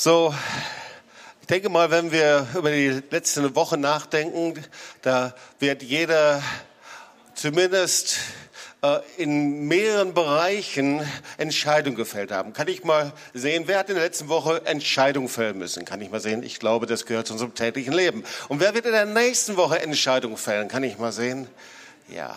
So, ich denke mal, wenn wir über die letzte Woche nachdenken, da wird jeder zumindest in mehreren Bereichen Entscheidungen gefällt haben. Kann ich mal sehen, wer hat in der letzten Woche Entscheidungen fällen müssen? Kann ich mal sehen? Ich glaube, das gehört zu unserem täglichen Leben. Und wer wird in der nächsten Woche Entscheidungen fällen? Kann ich mal sehen? Ja.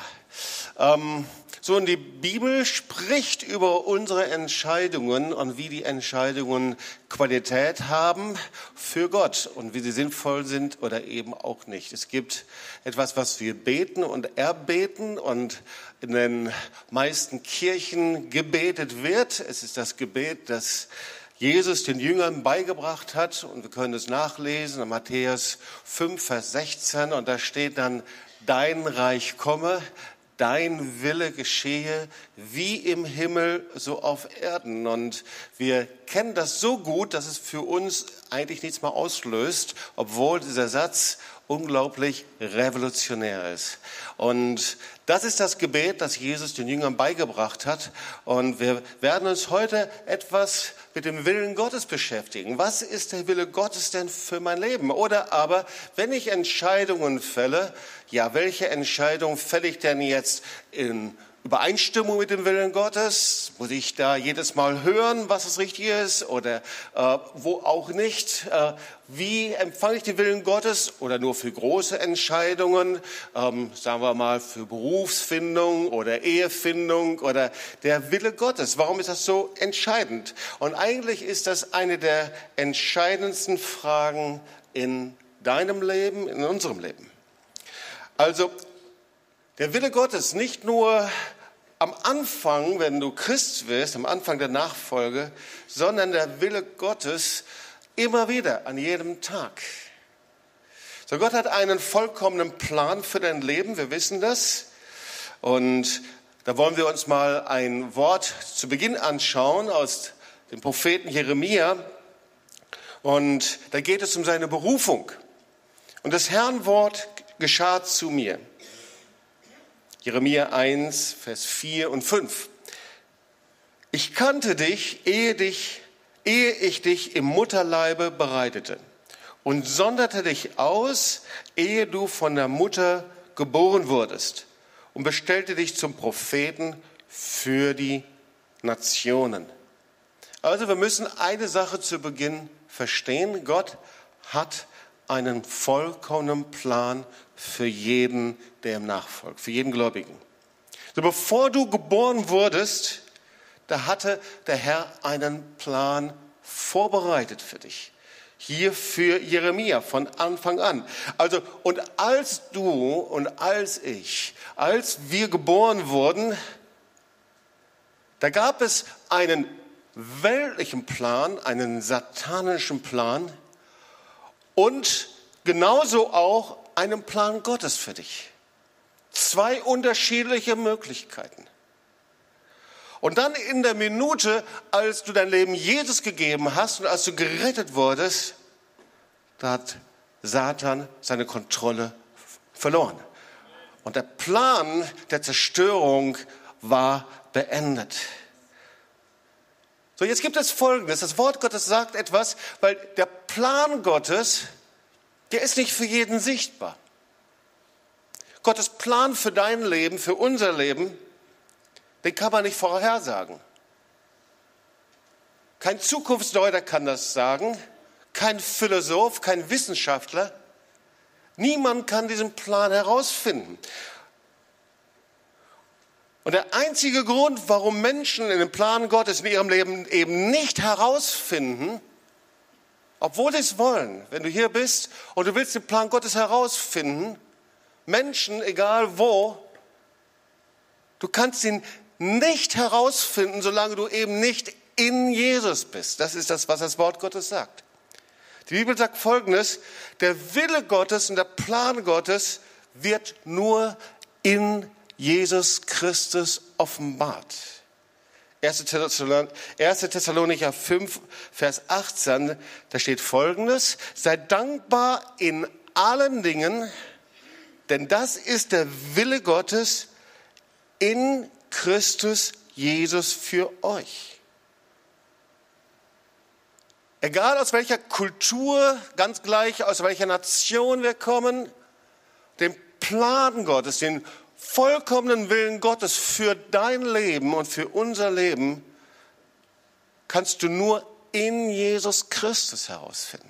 So, und die Bibel spricht über unsere Entscheidungen und wie die Entscheidungen Qualität haben für Gott und wie sie sinnvoll sind oder eben auch nicht. Es gibt etwas, was wir beten und erbeten und in den meisten Kirchen gebetet wird. Es ist das Gebet, das Jesus den Jüngern beigebracht hat, und wir können es nachlesen in Matthäus 5, Vers 16, und da steht dann: Dein Reich komme, dein Wille geschehe, wie im Himmel, so auf Erden. Und wir kennen das so gut, dass es für uns eigentlich nichts mehr auslöst, obwohl dieser Satz unglaublich revolutionär ist. Und das ist das Gebet, das Jesus den Jüngern beigebracht hat. Und wir werden uns heute etwas mit dem Willen Gottes beschäftigen. Was ist der Wille Gottes denn für mein Leben? Oder aber, wenn ich Entscheidungen fälle, ja, welche Entscheidung fälle ich denn jetzt in Übereinstimmung mit dem Willen Gottes? Muss ich da jedes Mal hören, was das Richtige ist, oder wo auch nicht? Wie empfange ich den Willen Gottes? Oder nur für große Entscheidungen, sagen wir mal für Berufsfindung oder Ehefindung oder der Wille Gottes? Warum ist das so entscheidend? Und eigentlich ist das eine der entscheidendsten Fragen in deinem Leben, in unserem Leben. Also der Wille Gottes, nicht nur am Anfang, wenn du Christ wirst, am Anfang der Nachfolge, sondern der Wille Gottes immer wieder, an jedem Tag. So, Gott hat einen vollkommenen Plan für dein Leben, wir wissen das. Und da wollen wir uns mal ein Wort zu Beginn anschauen aus dem Propheten Jeremia. Und da geht es um seine Berufung. Und das Herrnwort geschah zu mir. Jeremia 1, Vers 4 und 5. Ich kannte dich, ehe ich dich im Mutterleibe bereitete, und sonderte dich aus, ehe du von der Mutter geboren wurdest, und bestellte dich zum Propheten für die Nationen. Also wir müssen eine Sache zu Beginn verstehen: Gott hat einen vollkommenen Plan für jeden, der ihm nachfolgt, für jeden Gläubigen. So, bevor du geboren wurdest, da hatte der Herr einen Plan vorbereitet für dich. Hier für Jeremia von Anfang an. Also, und als du und als wir geboren wurden, da gab es einen weltlichen Plan, einen satanischen Plan und genauso auch einen Plan Gottes für dich. Zwei unterschiedliche Möglichkeiten. Und dann in der Minute, als du dein Leben Jesus gegeben hast und als du gerettet wurdest, da hat Satan seine Kontrolle verloren. Und der Plan der Zerstörung war beendet. So, jetzt gibt es Folgendes. Das Wort Gottes sagt etwas, weil der Plan Gottes, der ist nicht für jeden sichtbar. Gottes Plan für dein Leben, für unser Leben, den kann man nicht vorhersagen. Kein Zukunftsdeuter kann das sagen, kein Philosoph, kein Wissenschaftler. Niemand kann diesen Plan herausfinden. Und der einzige Grund, warum Menschen in den Plan Gottes in ihrem Leben eben nicht herausfinden, obwohl sie es wollen, wenn du hier bist und du willst den Plan Gottes herausfinden, Menschen, egal wo, du kannst ihn nicht herausfinden, solange du eben nicht in Jesus bist. Das ist das, was das Wort Gottes sagt. Die Bibel sagt Folgendes: Der Wille Gottes und der Plan Gottes wird nur in Jesus Christus offenbart. 1. Thessalonicher 5, Vers 18, da steht Folgendes: Seid dankbar in allen Dingen, denn das ist der Wille Gottes in Christus Jesus für euch. Egal aus welcher Kultur, ganz gleich aus welcher Nation wir kommen, den Plan Gottes, den vollkommenen Willen Gottes für dein Leben und für unser Leben kannst du nur in Jesus Christus herausfinden.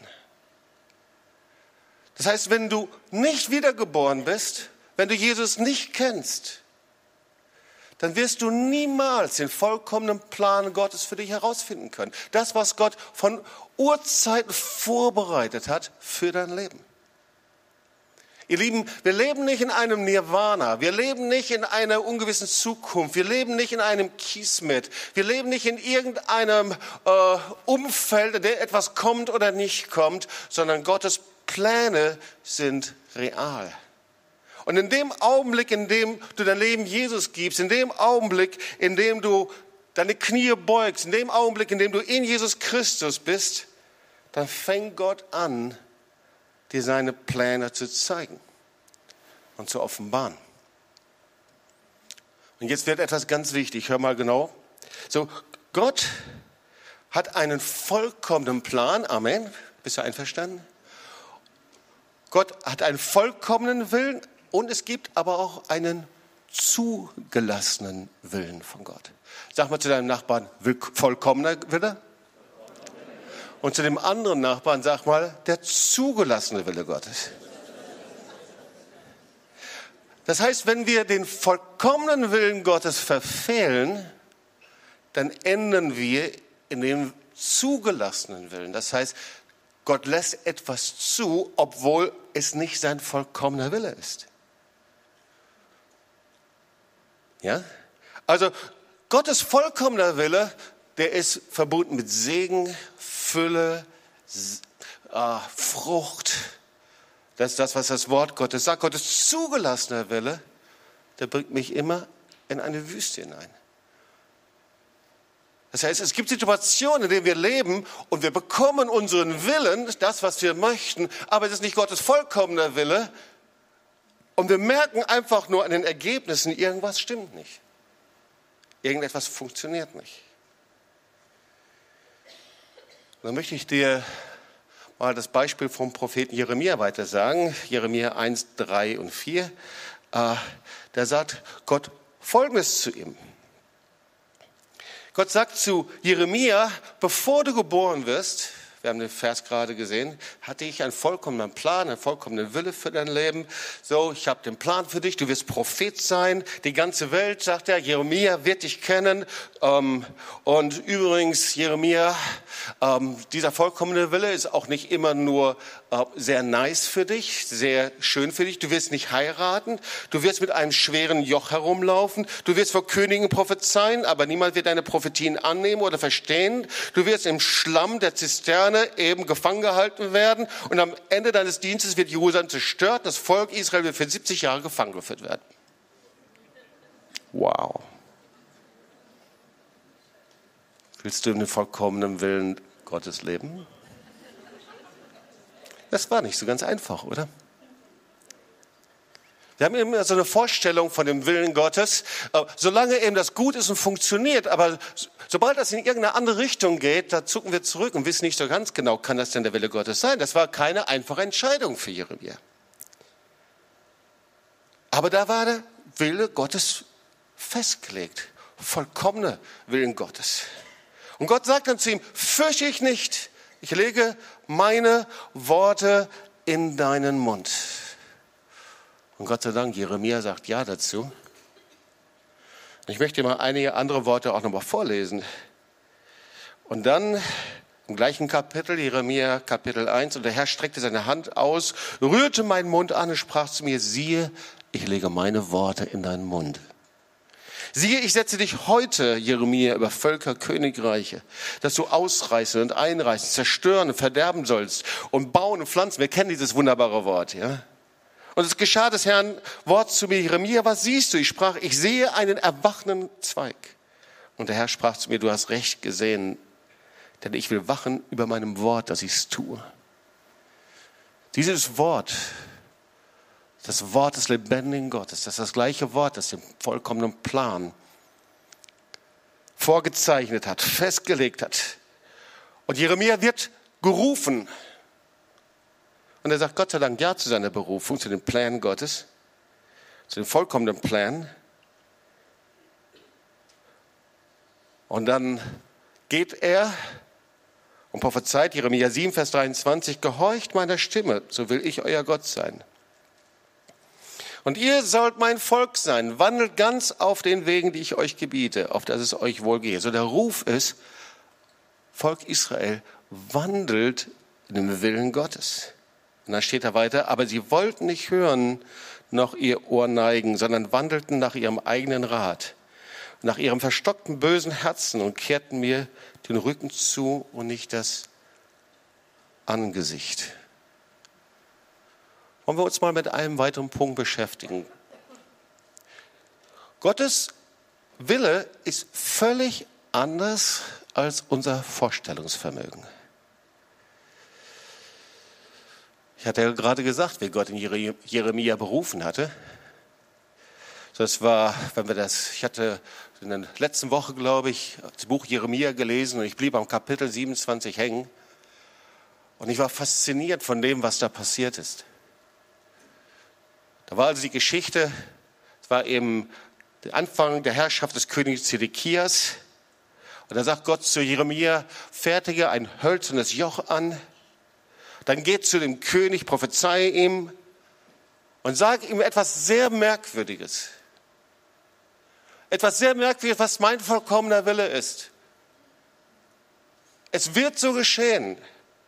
Das heißt, wenn du nicht wiedergeboren bist, wenn du Jesus nicht kennst, dann wirst du niemals den vollkommenen Plan Gottes für dich herausfinden können. Das, was Gott von Urzeiten vorbereitet hat für dein Leben. Ihr Lieben, wir leben nicht in einem Nirvana, wir leben nicht in einer ungewissen Zukunft, wir leben nicht in einem Kismet, wir leben nicht in irgendeinem Umfeld, in dem etwas kommt oder nicht kommt, sondern Gottes Pläne sind real. Und in dem Augenblick, in dem du dein Leben Jesus gibst, in dem Augenblick, in dem du deine Knie beugst, in dem Augenblick, in dem du in Jesus Christus bist, dann fängt Gott an, dir seine Pläne zu zeigen und zu offenbaren. Und jetzt wird etwas ganz wichtig, hör mal genau. So, Gott hat einen vollkommenen Plan, Amen, bist du einverstanden? Gott hat einen vollkommenen Willen und es gibt aber auch einen zugelassenen Willen von Gott. Sag mal zu deinem Nachbarn, vollkommener Wille. Und zu dem anderen Nachbarn sag mal, der zugelassene Wille Gottes. Das heißt, wenn wir den vollkommenen Willen Gottes verfehlen, dann enden wir in dem zugelassenen Willen. Das heißt, Gott lässt etwas zu, obwohl es nicht sein vollkommener Wille ist. Ja? Also Gottes vollkommener Wille, der ist verbunden mit Segen, Fülle, Frucht. Das ist das, was das Wort Gottes sagt. Gottes zugelassener Wille, der bringt mich immer in eine Wüste hinein. Das heißt, es gibt Situationen, in denen wir leben und wir bekommen unseren Willen, das, was wir möchten, aber es ist nicht Gottes vollkommener Wille. Und wir merken einfach nur an den Ergebnissen, irgendwas stimmt nicht. Irgendetwas funktioniert nicht. Und dann möchte ich dir mal das Beispiel vom Propheten Jeremia weiter sagen. Jeremia 1, 3 und 4. Da sagt Gott Folgendes zu ihm. Gott sagt zu Jeremia, bevor du geboren wirst, wir haben den Vers gerade gesehen, hatte ich einen vollkommenen Plan, einen vollkommenen Wille für dein Leben. So, ich habe den Plan für dich, du wirst Prophet sein. Die ganze Welt, sagt er, Jeremia wird dich kennen. Und übrigens, Jeremia, dieser vollkommene Wille ist auch nicht immer nur sehr nice für dich, sehr schön für dich. Du wirst nicht heiraten, du wirst mit einem schweren Joch herumlaufen, du wirst vor Königen prophezeien, aber niemand wird deine Prophetien annehmen oder verstehen. Du wirst im Schlamm der Zisterne eben gefangen gehalten werden und am Ende deines Dienstes wird Jerusalem zerstört. Das Volk Israel wird für 70 Jahre gefangen geführt werden. Wow. Willst du in dem vollkommenen Willen Gottes leben? Das war nicht so ganz einfach, oder? Wir haben immer so eine Vorstellung von dem Willen Gottes, solange eben das gut ist und funktioniert, aber sobald das in irgendeine andere Richtung geht, da zucken wir zurück und wissen nicht so ganz genau, kann das denn der Wille Gottes sein? Das war keine einfache Entscheidung für Jeremia. Aber da war der Wille Gottes festgelegt, vollkommener Willen Gottes. Und Gott sagt dann zu ihm, fürchte dich nicht, ich lege meine Worte in deinen Mund. Und Gott sei Dank, Jeremia sagt ja dazu. Ich möchte mal einige andere Worte auch nochmal vorlesen. Und dann im gleichen Kapitel, Jeremia Kapitel 1, und der Herr streckte seine Hand aus, rührte meinen Mund an und sprach zu mir, siehe, ich lege meine Worte in deinen Mund. Siehe, ich setze dich heute, Jeremia, über Völker, Königreiche, dass du ausreißen und einreißen, zerstören und verderben sollst und bauen und pflanzen. Wir kennen dieses wunderbare Wort, ja? Und es geschah des Herrn Wort zu mir, Jeremia, was siehst du? Ich sprach, ich sehe einen erwachenden Zweig. Und der Herr sprach zu mir, du hast recht gesehen, denn ich will wachen über meinem Wort, dass ich es tue. Dieses Wort, das Wort des lebendigen Gottes, das ist das gleiche Wort, das den vollkommenen Plan vorgezeichnet hat, festgelegt hat. Und Jeremia wird gerufen. Und er sagt Gott sei Dank ja zu seiner Berufung, zu den Plänen Gottes, zu dem vollkommenen Plan. Und dann geht er und prophezeit, Jeremia 7, Vers 23, gehorcht meiner Stimme, so will ich euer Gott sein. Und ihr sollt mein Volk sein, wandelt ganz auf den Wegen, die ich euch gebiete, auf dass es euch wohl gehe. So der Ruf ist, Volk Israel, wandelt in dem Willen Gottes. Und dann steht da weiter, aber sie wollten nicht hören, noch ihr Ohr neigen, sondern wandelten nach ihrem eigenen Rat, nach ihrem verstockten bösen Herzen und kehrten mir den Rücken zu und nicht das Angesicht. Wollen wir uns mal mit einem weiteren Punkt beschäftigen. Gottes Wille ist völlig anders als unser Vorstellungsvermögen. Ich hatte ja gerade gesagt, wie Gott in Jeremia berufen hatte. Das war, ich hatte in der letzten Woche, glaube ich, das Buch Jeremia gelesen und ich blieb am Kapitel 27 hängen. Und ich war fasziniert von dem, was da passiert ist. Da war also die Geschichte, es war eben der Anfang der Herrschaft des Königs Zedekias. Und da sagt Gott zu Jeremia, fertige ein hölzernes Joch an. Dann geht zu dem König, prophezeie ihm und sage ihm etwas sehr Merkwürdiges. Etwas sehr Merkwürdiges, was mein vollkommener Wille ist. Es wird so geschehen.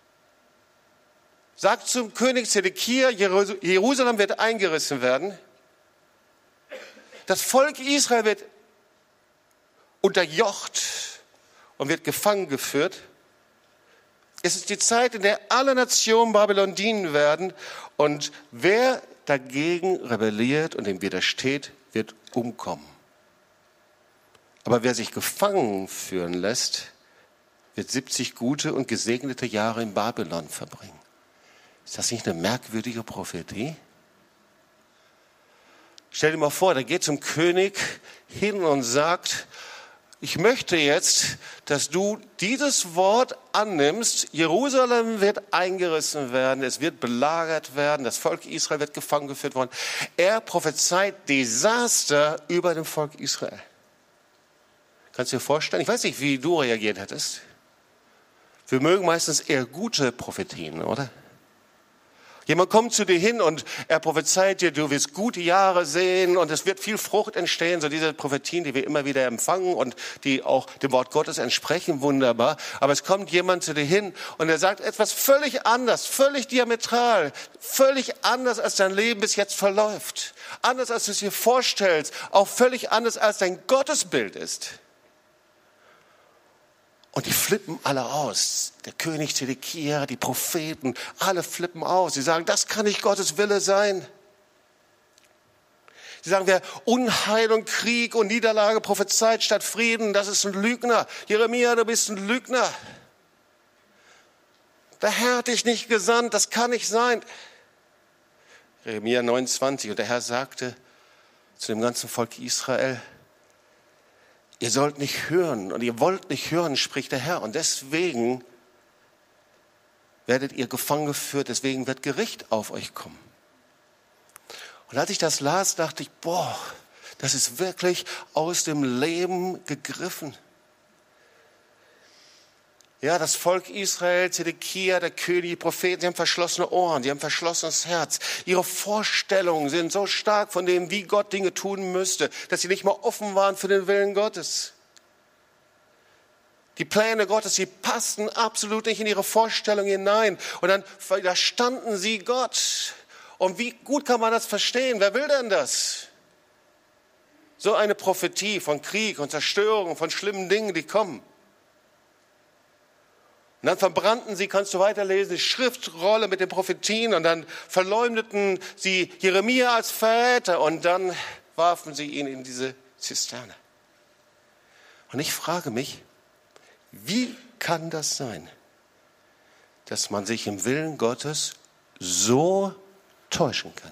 Sagt zum König Zedekia, Jerusalem wird eingerissen werden. Das Volk Israel wird unterjocht und wird gefangen geführt. Es ist die Zeit, in der alle Nationen Babylon dienen werden. Und wer dagegen rebelliert und dem widersteht, wird umkommen. Aber wer sich gefangen führen lässt, wird 70 gute und gesegnete Jahre in Babylon verbringen. Ist das nicht eine merkwürdige Prophetie? Stell dir mal vor, der geht zum König hin und sagt, ich möchte jetzt, dass du dieses Wort annimmst. Jerusalem wird eingerissen werden, es wird belagert werden, das Volk Israel wird gefangen geführt worden. Er prophezeit Desaster über dem Volk Israel. Kannst du dir vorstellen? Ich weiß nicht, wie du reagiert hättest. Wir mögen meistens eher gute Prophetien, oder? Jemand kommt zu dir hin und er prophezeit dir, du wirst gute Jahre sehen und es wird viel Frucht entstehen. So diese Prophetien, die wir immer wieder empfangen und die auch dem Wort Gottes entsprechen, wunderbar. Aber es kommt jemand zu dir hin und er sagt etwas völlig anders, völlig diametral, völlig anders, als dein Leben bis jetzt verläuft. Anders, als du es dir vorstellst, auch völlig anders, als dein Gottesbild ist. Und die flippen alle aus. Der König Zedekia, die Propheten, alle flippen aus. Sie sagen, das kann nicht Gottes Wille sein. Sie sagen, wer Unheil und Krieg und Niederlage prophezeit statt Frieden, das ist ein Lügner. Jeremia, du bist ein Lügner. Der Herr hat dich nicht gesandt, das kann nicht sein. Jeremia 29, und der Herr sagte zu dem ganzen Volk Israel, ihr sollt nicht hören und ihr wollt nicht hören, spricht der Herr. Und deswegen werdet ihr gefangen geführt, deswegen wird Gericht auf euch kommen. Und als ich das las, dachte ich, boah, das ist wirklich aus dem Leben gegriffen. Ja, das Volk Israel, Zedekia, der König, die Propheten, sie haben verschlossene Ohren, sie haben verschlossenes Herz. Ihre Vorstellungen sind so stark von dem, wie Gott Dinge tun müsste, dass sie nicht mal offen waren für den Willen Gottes. Die Pläne Gottes, sie passten absolut nicht in ihre Vorstellung hinein. Und dann widerstanden sie Gott. Und wie gut kann man das verstehen? Wer will denn das? So eine Prophetie von Krieg und Zerstörung, von schlimmen Dingen, die kommen. Und dann verbrannten sie, kannst du weiterlesen, die Schriftrolle mit den Prophetien und dann verleumdeten sie Jeremia als Verräter und dann warfen sie ihn in diese Zisterne. Und ich frage mich, wie kann das sein, dass man sich im Willen Gottes so täuschen kann?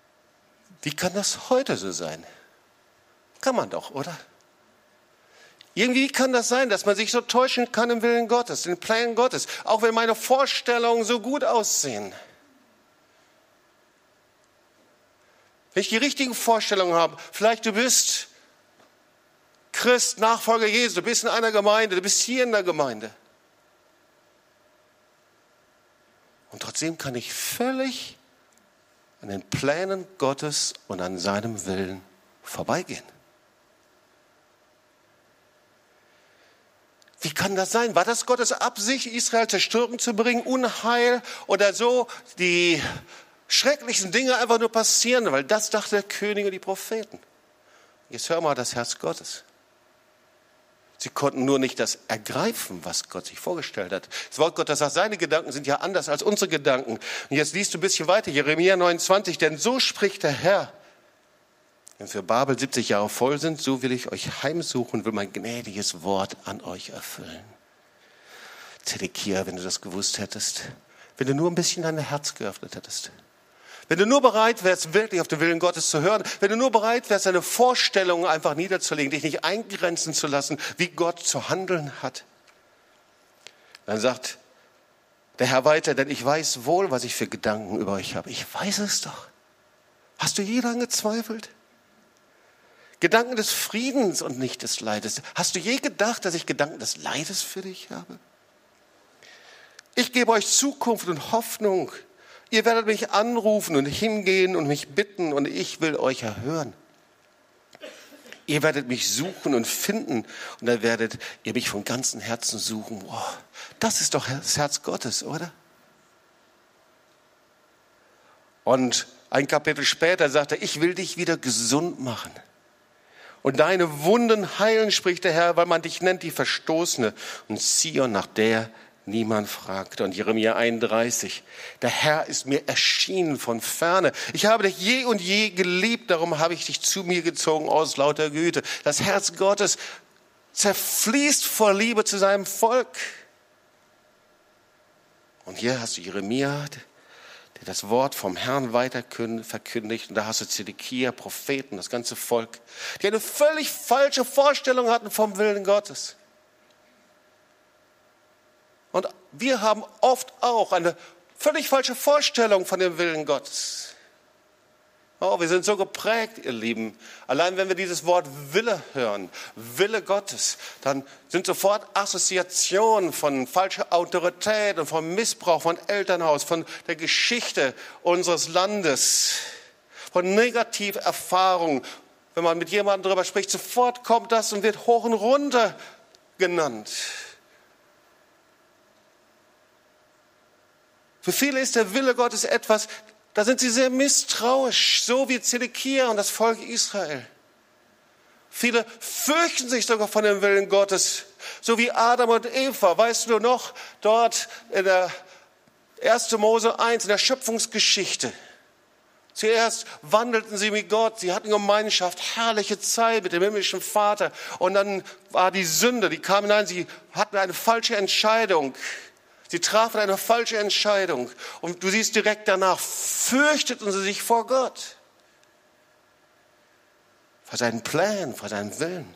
Wie kann das heute so sein? Kann man doch, oder? Irgendwie kann das sein, dass man sich so täuschen kann im Willen Gottes, in den Plänen Gottes, auch wenn meine Vorstellungen so gut aussehen. Wenn ich die richtigen Vorstellungen habe, vielleicht du bist Christ, Nachfolger Jesu, du bist in einer Gemeinde, du bist hier in der Gemeinde. Und trotzdem kann ich völlig an den Plänen Gottes und an seinem Willen vorbeigehen. Wie kann das sein? War das Gottes Absicht, Israel zur Zerstörung zu bringen, Unheil oder so, die schrecklichsten Dinge einfach nur passieren? Weil das dachte der König und die Propheten. Jetzt hör mal das Herz Gottes. Sie konnten nur nicht das ergreifen, was Gott sich vorgestellt hat. Das Wort Gottes sagt, seine Gedanken sind ja anders als unsere Gedanken. Und jetzt liest du ein bisschen weiter, Jeremia 29, denn so spricht der Herr. Wenn für Babel 70 Jahre voll sind, so will ich euch heimsuchen und will mein gnädiges Wort an euch erfüllen. Zedekia, wenn du das gewusst hättest, wenn du nur ein bisschen dein Herz geöffnet hättest, wenn du nur bereit wärst, wirklich auf den Willen Gottes zu hören, wenn du nur bereit wärst, deine Vorstellungen einfach niederzulegen, dich nicht eingrenzen zu lassen, wie Gott zu handeln hat, dann sagt der Herr weiter, denn ich weiß wohl, was ich für Gedanken über euch habe. Ich weiß es doch. Hast du je daran gezweifelt? Gedanken des Friedens und nicht des Leides. Hast du je gedacht, dass ich Gedanken des Leides für dich habe? Ich gebe euch Zukunft und Hoffnung. Ihr werdet mich anrufen und hingehen und mich bitten und ich will euch erhören. Ihr werdet mich suchen und finden und dann werdet ihr mich von ganzem Herzen suchen. Wow, das ist doch das Herz Gottes, oder? Und ein Kapitel später sagt er, ich will dich wieder gesund machen. Und deine Wunden heilen, spricht der Herr, weil man dich nennt die Verstoßene und Zion, nach der niemand fragt. Und Jeremia 31, der Herr ist mir erschienen von ferne. Ich habe dich je und je geliebt, darum habe ich dich zu mir gezogen aus lauter Güte. Das Herz Gottes zerfließt vor Liebe zu seinem Volk. Und hier hast du Jeremia, der das Wort vom Herrn weiter verkündigt. Und da hast du Zedekia, Propheten, das ganze Volk, die eine völlig falsche Vorstellung hatten vom Willen Gottes. Und wir haben oft auch eine völlig falsche Vorstellung von dem Willen Gottes. Oh, wir sind so geprägt, ihr Lieben. Allein wenn wir dieses Wort Wille hören, Wille Gottes, dann sind sofort Assoziationen von falscher Autorität und vom Missbrauch von Elternhaus, von der Geschichte unseres Landes, von Negativerfahrungen. Wenn man mit jemandem darüber spricht, sofort kommt das und wird hoch und runter genannt. Für viele ist der Wille Gottes etwas, da sind sie sehr misstrauisch, so wie Zedekia und das Volk Israel. Viele fürchten sich sogar von dem Willen Gottes, so wie Adam und Eva. Weißt du noch, dort in der 1. Mose 1, in der Schöpfungsgeschichte. Zuerst wandelten sie mit Gott, sie hatten Gemeinschaft, herrliche Zeit mit dem himmlischen Vater. Und dann war die Sünde, die kam hinein, sie hatten eine falsche Entscheidung. Sie trafen eine falsche Entscheidung und du siehst direkt danach, fürchteten sie sich vor Gott, vor seinen Plänen, vor seinem Willen.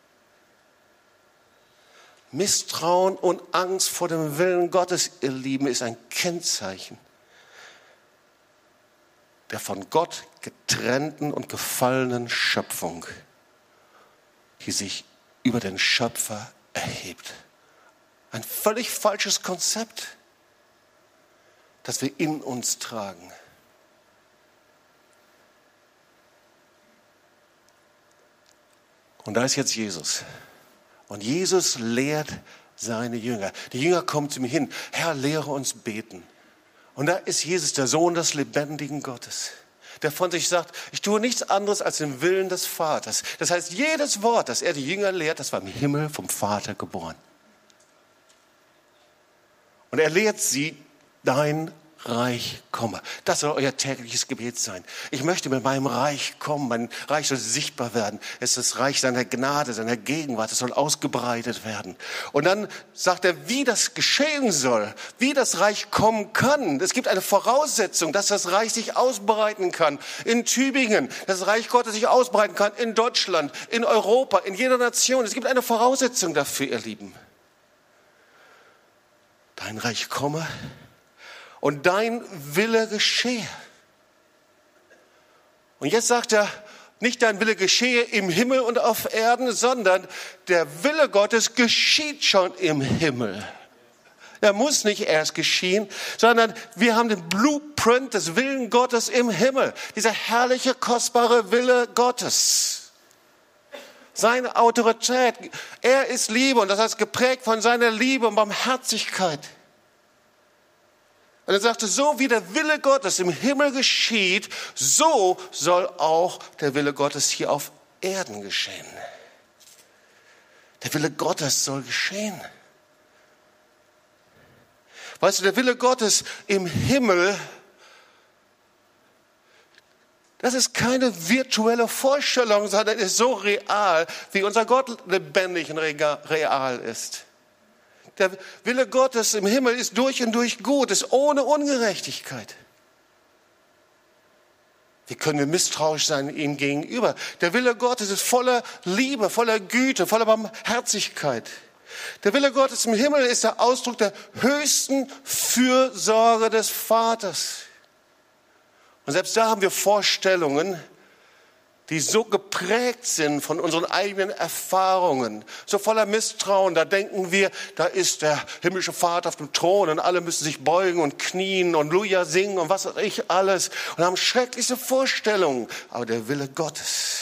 Misstrauen und Angst vor dem Willen Gottes, ihr Lieben, ist ein Kennzeichen der von Gott getrennten und gefallenen Schöpfung, die sich über den Schöpfer erhebt. Ein völlig falsches Konzept, das wir in uns tragen. Und da ist jetzt Jesus. Und Jesus lehrt seine Jünger. Die Jünger kommen zu mir hin. Herr, lehre uns beten. Und da ist Jesus, der Sohn des lebendigen Gottes, der von sich sagt, ich tue nichts anderes als den Willen des Vaters. Das heißt, jedes Wort, das er die Jünger lehrt, das war im Himmel vom Vater geboren. Und er lehrt sie, dein Reich komme. Das soll euer tägliches Gebet sein. Ich möchte mit meinem Reich kommen. Mein Reich soll sichtbar werden. Es ist das Reich seiner Gnade, seiner Gegenwart. Es soll ausgebreitet werden. Und dann sagt er, wie das geschehen soll, wie das Reich kommen kann. Es gibt eine Voraussetzung, dass das Reich sich ausbreiten kann. In Tübingen, dass das Reich Gottes sich ausbreiten kann. In Deutschland, in Europa, in jeder Nation. Es gibt eine Voraussetzung dafür, ihr Lieben. Dein Reich komme und dein Wille geschehe. Und jetzt sagt er, nicht dein Wille geschehe im Himmel und auf Erden, sondern der Wille Gottes geschieht schon im Himmel. Er muss nicht erst geschehen, sondern wir haben den Blueprint des Willen Gottes im Himmel. Dieser herrliche, kostbare Wille Gottes. Seine Autorität. Er ist Liebe und das heißt geprägt von seiner Liebe und Barmherzigkeit. Und er sagte, so wie der Wille Gottes im Himmel geschieht, so soll auch der Wille Gottes hier auf Erden geschehen. Der Wille Gottes soll geschehen. Weißt du, der Wille Gottes im Himmel, das ist keine virtuelle Vorstellung, sondern ist so real, wie unser Gott lebendig und real ist. Der Wille Gottes im Himmel ist durch und durch gut, ist ohne Ungerechtigkeit. Wie können wir misstrauisch sein ihm gegenüber? Der Wille Gottes ist voller Liebe, voller Güte, voller Barmherzigkeit. Der Wille Gottes im Himmel ist der Ausdruck der höchsten Fürsorge des Vaters. Und selbst da haben wir Vorstellungen, die so geprägt sind von unseren eigenen Erfahrungen, so voller Misstrauen. Da denken wir, da ist der himmlische Vater auf dem Thron und alle müssen sich beugen und knien und Halleluja singen und was weiß ich alles und haben schreckliche Vorstellungen. Aber der Wille Gottes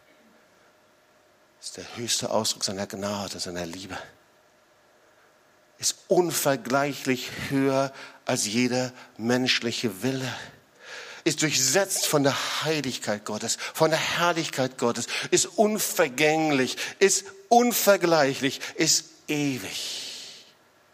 ist der höchste Ausdruck seiner Gnade, seiner Liebe. Ist unvergleichlich höher als jeder menschliche Wille. Ist durchsetzt von der Heiligkeit Gottes, von der Herrlichkeit Gottes, ist unvergänglich, ist unvergleichlich, ist ewig.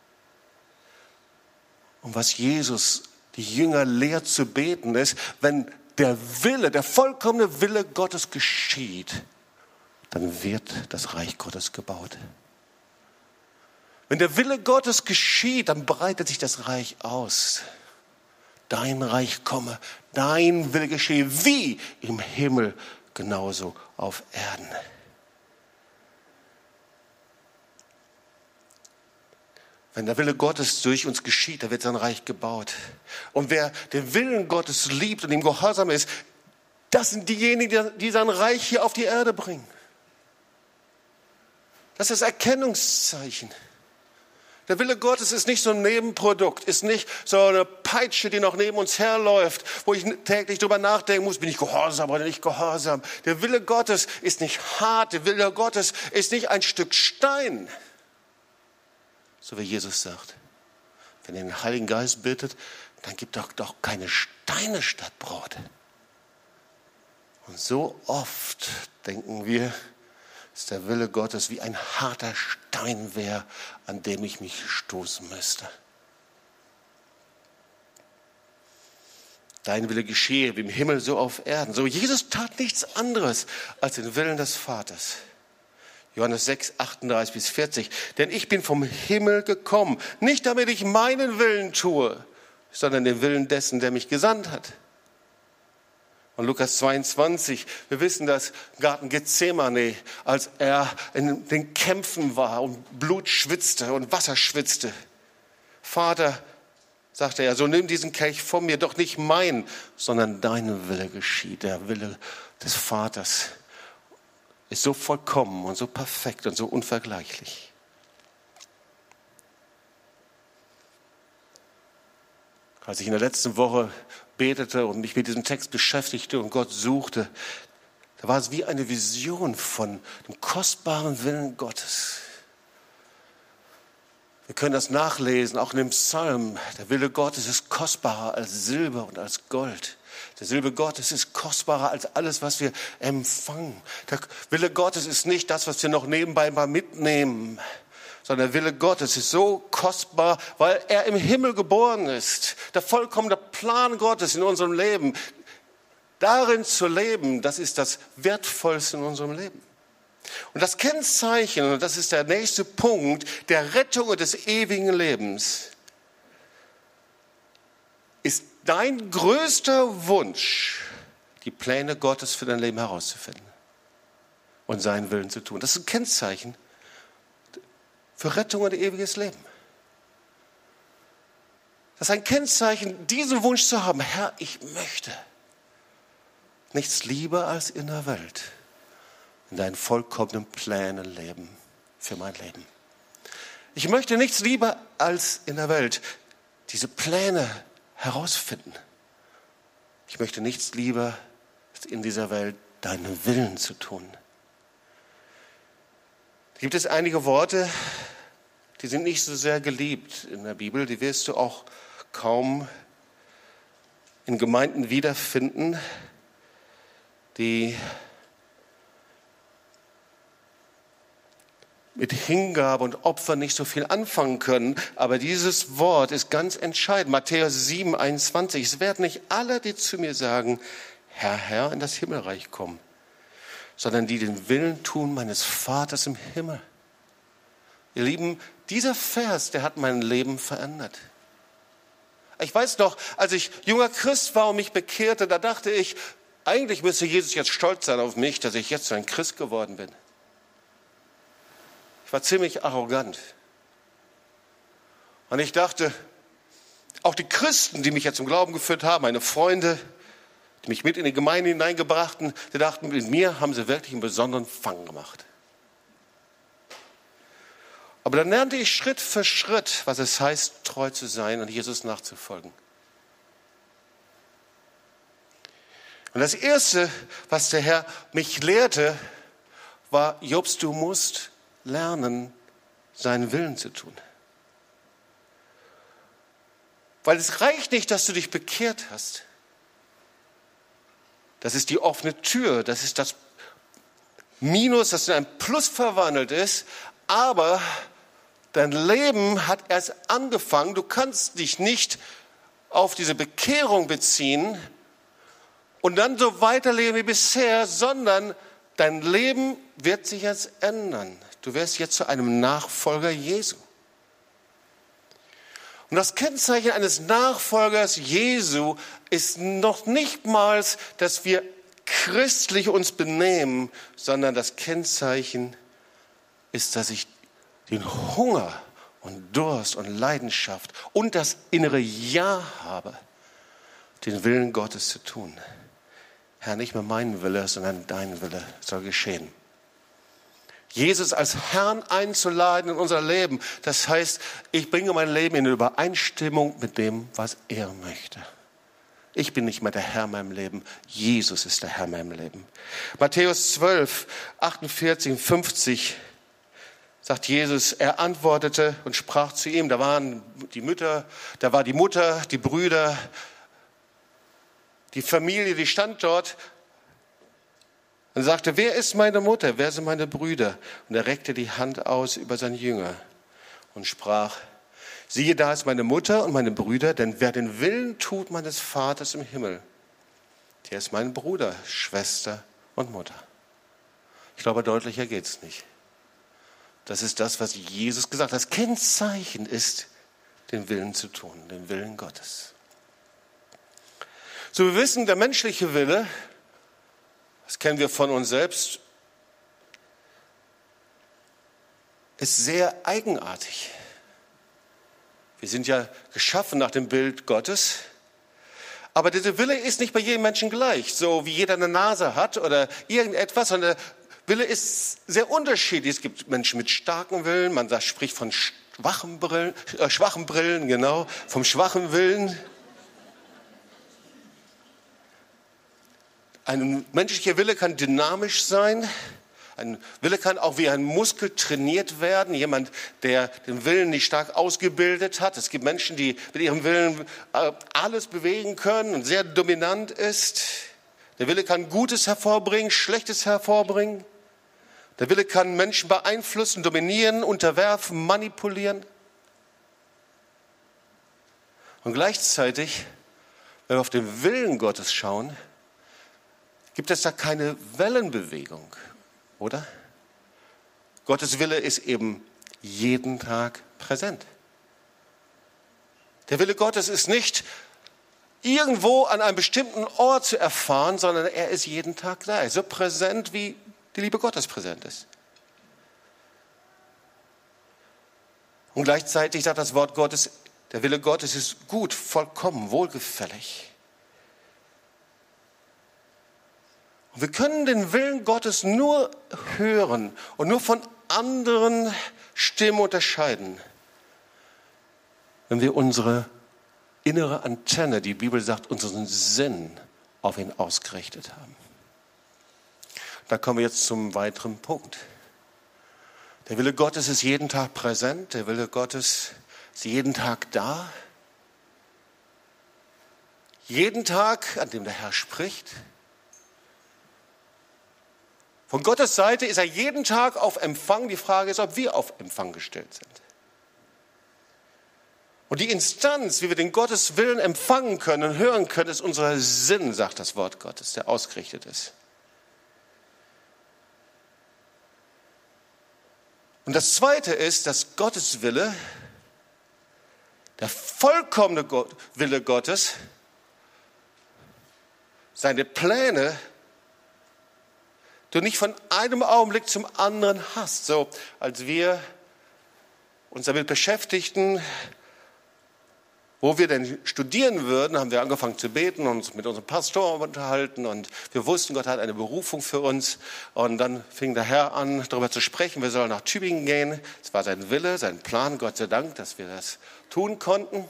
Und was Jesus die Jünger lehrt zu beten ist, wenn der Wille, der vollkommene Wille Gottes geschieht, dann wird das Reich Gottes gebaut. Wenn der Wille Gottes geschieht, dann breitet sich das Reich aus. Dein Reich komme, dein Wille geschehe, wie im Himmel, genauso auf Erden. Wenn der Wille Gottes durch uns geschieht, dann wird sein Reich gebaut. Und wer den Willen Gottes liebt und ihm gehorsam ist, das sind diejenigen, die sein Reich hier auf die Erde bringen. Das ist das Erkennungszeichen. Der Wille Gottes ist nicht so ein Nebenprodukt, ist nicht so eine Peitsche, die noch neben uns herläuft, wo ich täglich drüber nachdenken muss, bin ich gehorsam oder nicht gehorsam. Der Wille Gottes ist nicht hart, der Wille Gottes ist nicht ein Stück Stein. So wie Jesus sagt, wenn ihr den Heiligen Geist bittet, dann gibt doch keine Steine statt Brot. Und so oft denken wir, dass der Wille Gottes wie ein harter Stein wäre, an dem ich mich stoßen müsste. Dein Wille geschehe wie im Himmel, so auf Erden. So Jesus tat nichts anderes als den Willen des Vaters. Johannes 6, 38 bis 40. Denn ich bin vom Himmel gekommen, nicht damit ich meinen Willen tue, sondern den Willen dessen, der mich gesandt hat. Und Lukas 22, wir wissen das, im Garten Gethsemane, als er in den Kämpfen war und Blut schwitzte und Wasser schwitzte. Vater, sagte er, so nimm diesen Kelch von mir, doch nicht mein, sondern dein Wille geschieht. Der Wille des Vaters ist so vollkommen und so perfekt und so unvergleichlich. Als ich in der letzten Woche betete und mich mit diesem Text beschäftigte und Gott suchte, da war es wie eine Vision von dem kostbaren Willen Gottes. Wir können das nachlesen, auch in dem Psalm. Der Wille Gottes ist kostbarer als Silber und als Gold. Der Wille Gottes ist kostbarer als alles, was wir empfangen. Der Wille Gottes ist nicht das, was wir noch nebenbei mal mitnehmen, sondern der Wille Gottes ist so kostbar, weil er im Himmel geboren ist. Der vollkommene Plan Gottes in unserem Leben, darin zu leben, das ist das Wertvollste in unserem Leben. Und das Kennzeichen, und das ist der nächste Punkt, der Rettung und des ewigen Lebens, ist dein größter Wunsch, die Pläne Gottes für dein Leben herauszufinden und seinen Willen zu tun. Das ist ein Kennzeichen für Rettung und ewiges Leben. Das ist ein Kennzeichen, diesen Wunsch zu haben. Herr, ich möchte nichts lieber als in der Welt in deinen vollkommenen Plänen leben für mein Leben. Ich möchte nichts lieber als in der Welt diese Pläne herausfinden. Ich möchte nichts lieber als in dieser Welt deinen Willen zu tun. Da gibt es einige Worte, die sind nicht so sehr geliebt in der Bibel. Die wirst du auch kaum in Gemeinden wiederfinden, die mit Hingabe und Opfer nicht so viel anfangen können. Aber dieses Wort ist ganz entscheidend. Matthäus 7, 21. Es werden nicht alle, die zu mir sagen, Herr, Herr, in das Himmelreich kommen, sondern die den Willen tun meines Vaters im Himmel. Ihr Lieben, dieser Vers, der hat mein Leben verändert. Ich weiß noch, als ich junger Christ war und mich bekehrte, da dachte ich, eigentlich müsste Jesus jetzt stolz sein auf mich, dass ich jetzt ein Christ geworden bin. Ich war ziemlich arrogant. Und ich dachte, auch die Christen, die mich jetzt zum Glauben geführt haben, meine Freunde, die mich mit in die Gemeinde hineingebrachten, die dachten, mit mir haben sie wirklich einen besonderen Fang gemacht. Aber dann lernte ich Schritt für Schritt, was es heißt, treu zu sein und Jesus nachzufolgen. Und das Erste, was der Herr mich lehrte, war, Jobs, du musst lernen, seinen Willen zu tun. Weil es reicht nicht, dass du dich bekehrt hast. Das ist die offene Tür, das ist das Minus, das in ein Plus verwandelt ist, aber dein Leben hat erst angefangen. Du kannst dich nicht auf diese Bekehrung beziehen und dann so weiterleben wie bisher, sondern dein Leben wird sich jetzt ändern. Du wirst jetzt zu einem Nachfolger Jesu. Und das Kennzeichen eines Nachfolgers Jesu ist noch nicht mal, dass wir christlich uns benehmen, sondern das Kennzeichen ist, dass ich den Hunger und Durst und Leidenschaft und das innere Ja habe, den Willen Gottes zu tun. Herr, nicht mehr mein Wille, sondern dein Wille soll geschehen. Jesus als Herrn einzuladen in unser Leben, das heißt, ich bringe mein Leben in Übereinstimmung mit dem, was er möchte. Ich bin nicht mehr der Herr in meinem Leben, Jesus ist der Herr in meinem Leben. Matthäus 12, 48 und 50 sagt Jesus, er antwortete und sprach zu ihm, da war die Mutter, die Brüder, die Familie, die stand dort und sagte, wer ist meine Mutter, wer sind meine Brüder? Und er reckte die Hand aus über seinen Jünger und sprach, siehe, da ist meine Mutter und meine Brüder, denn wer den Willen tut meines Vaters im Himmel, der ist mein Bruder, Schwester und Mutter. Ich glaube, deutlicher geht's nicht. Das ist das, was Jesus gesagt hat. Das Kennzeichen ist, den Willen zu tun, den Willen Gottes. So, wir wissen, der menschliche Wille, das kennen wir von uns selbst, ist sehr eigenartig. Wir sind ja geschaffen nach dem Bild Gottes, aber dieser Wille ist nicht bei jedem Menschen gleich, so wie jeder eine Nase hat oder irgendetwas, sondern der Wille ist sehr unterschiedlich. Es gibt Menschen mit starken Willen, man spricht von schwachen Brillen, genau, vom schwachen Willen. Ein menschlicher Wille kann dynamisch sein. Ein Wille kann auch wie ein Muskel trainiert werden. Jemand, der den Willen nicht stark ausgebildet hat. Es gibt Menschen, die mit ihrem Willen alles bewegen können und sehr dominant ist. Der Wille kann Gutes hervorbringen, Schlechtes hervorbringen. Der Wille kann Menschen beeinflussen, dominieren, unterwerfen, manipulieren. Und gleichzeitig, wenn wir auf den Willen Gottes schauen, gibt es da keine Wellenbewegung, oder? Gottes Wille ist eben jeden Tag präsent. Der Wille Gottes ist nicht irgendwo an einem bestimmten Ort zu erfahren, sondern er ist jeden Tag da. Er ist so präsent, wie die Liebe Gottes präsent ist. Und gleichzeitig sagt das Wort Gottes, der Wille Gottes ist gut, vollkommen, wohlgefällig. Und wir können den Willen Gottes nur hören und nur von anderen Stimmen unterscheiden, wenn wir unsere innere Antenne, die Bibel sagt, unseren Sinn auf ihn ausgerichtet haben. Da kommen wir jetzt zum weiteren Punkt. Der Wille Gottes ist jeden Tag präsent, der Wille Gottes ist jeden Tag da. Jeden Tag, an dem der Herr spricht. Von Gottes Seite ist er jeden Tag auf Empfang. Die Frage ist, ob wir auf Empfang gestellt sind. Und die Instanz, wie wir den Gottes Willen empfangen können und hören können, ist unser Sinn, sagt das Wort Gottes, der ausgerichtet ist. Und das Zweite ist, dass Gottes Wille, der vollkommene Wille Gottes, seine Pläne, du nicht von einem Augenblick zum anderen hast. So, als wir uns damit beschäftigten, wo wir denn studieren würden, haben wir angefangen zu beten und uns mit unserem Pastor unterhalten und wir wussten, Gott hat eine Berufung für uns und dann fing der Herr an, darüber zu sprechen, wir sollen nach Tübingen gehen. Es war sein Wille, sein Plan, Gott sei Dank, dass wir das tun konnten.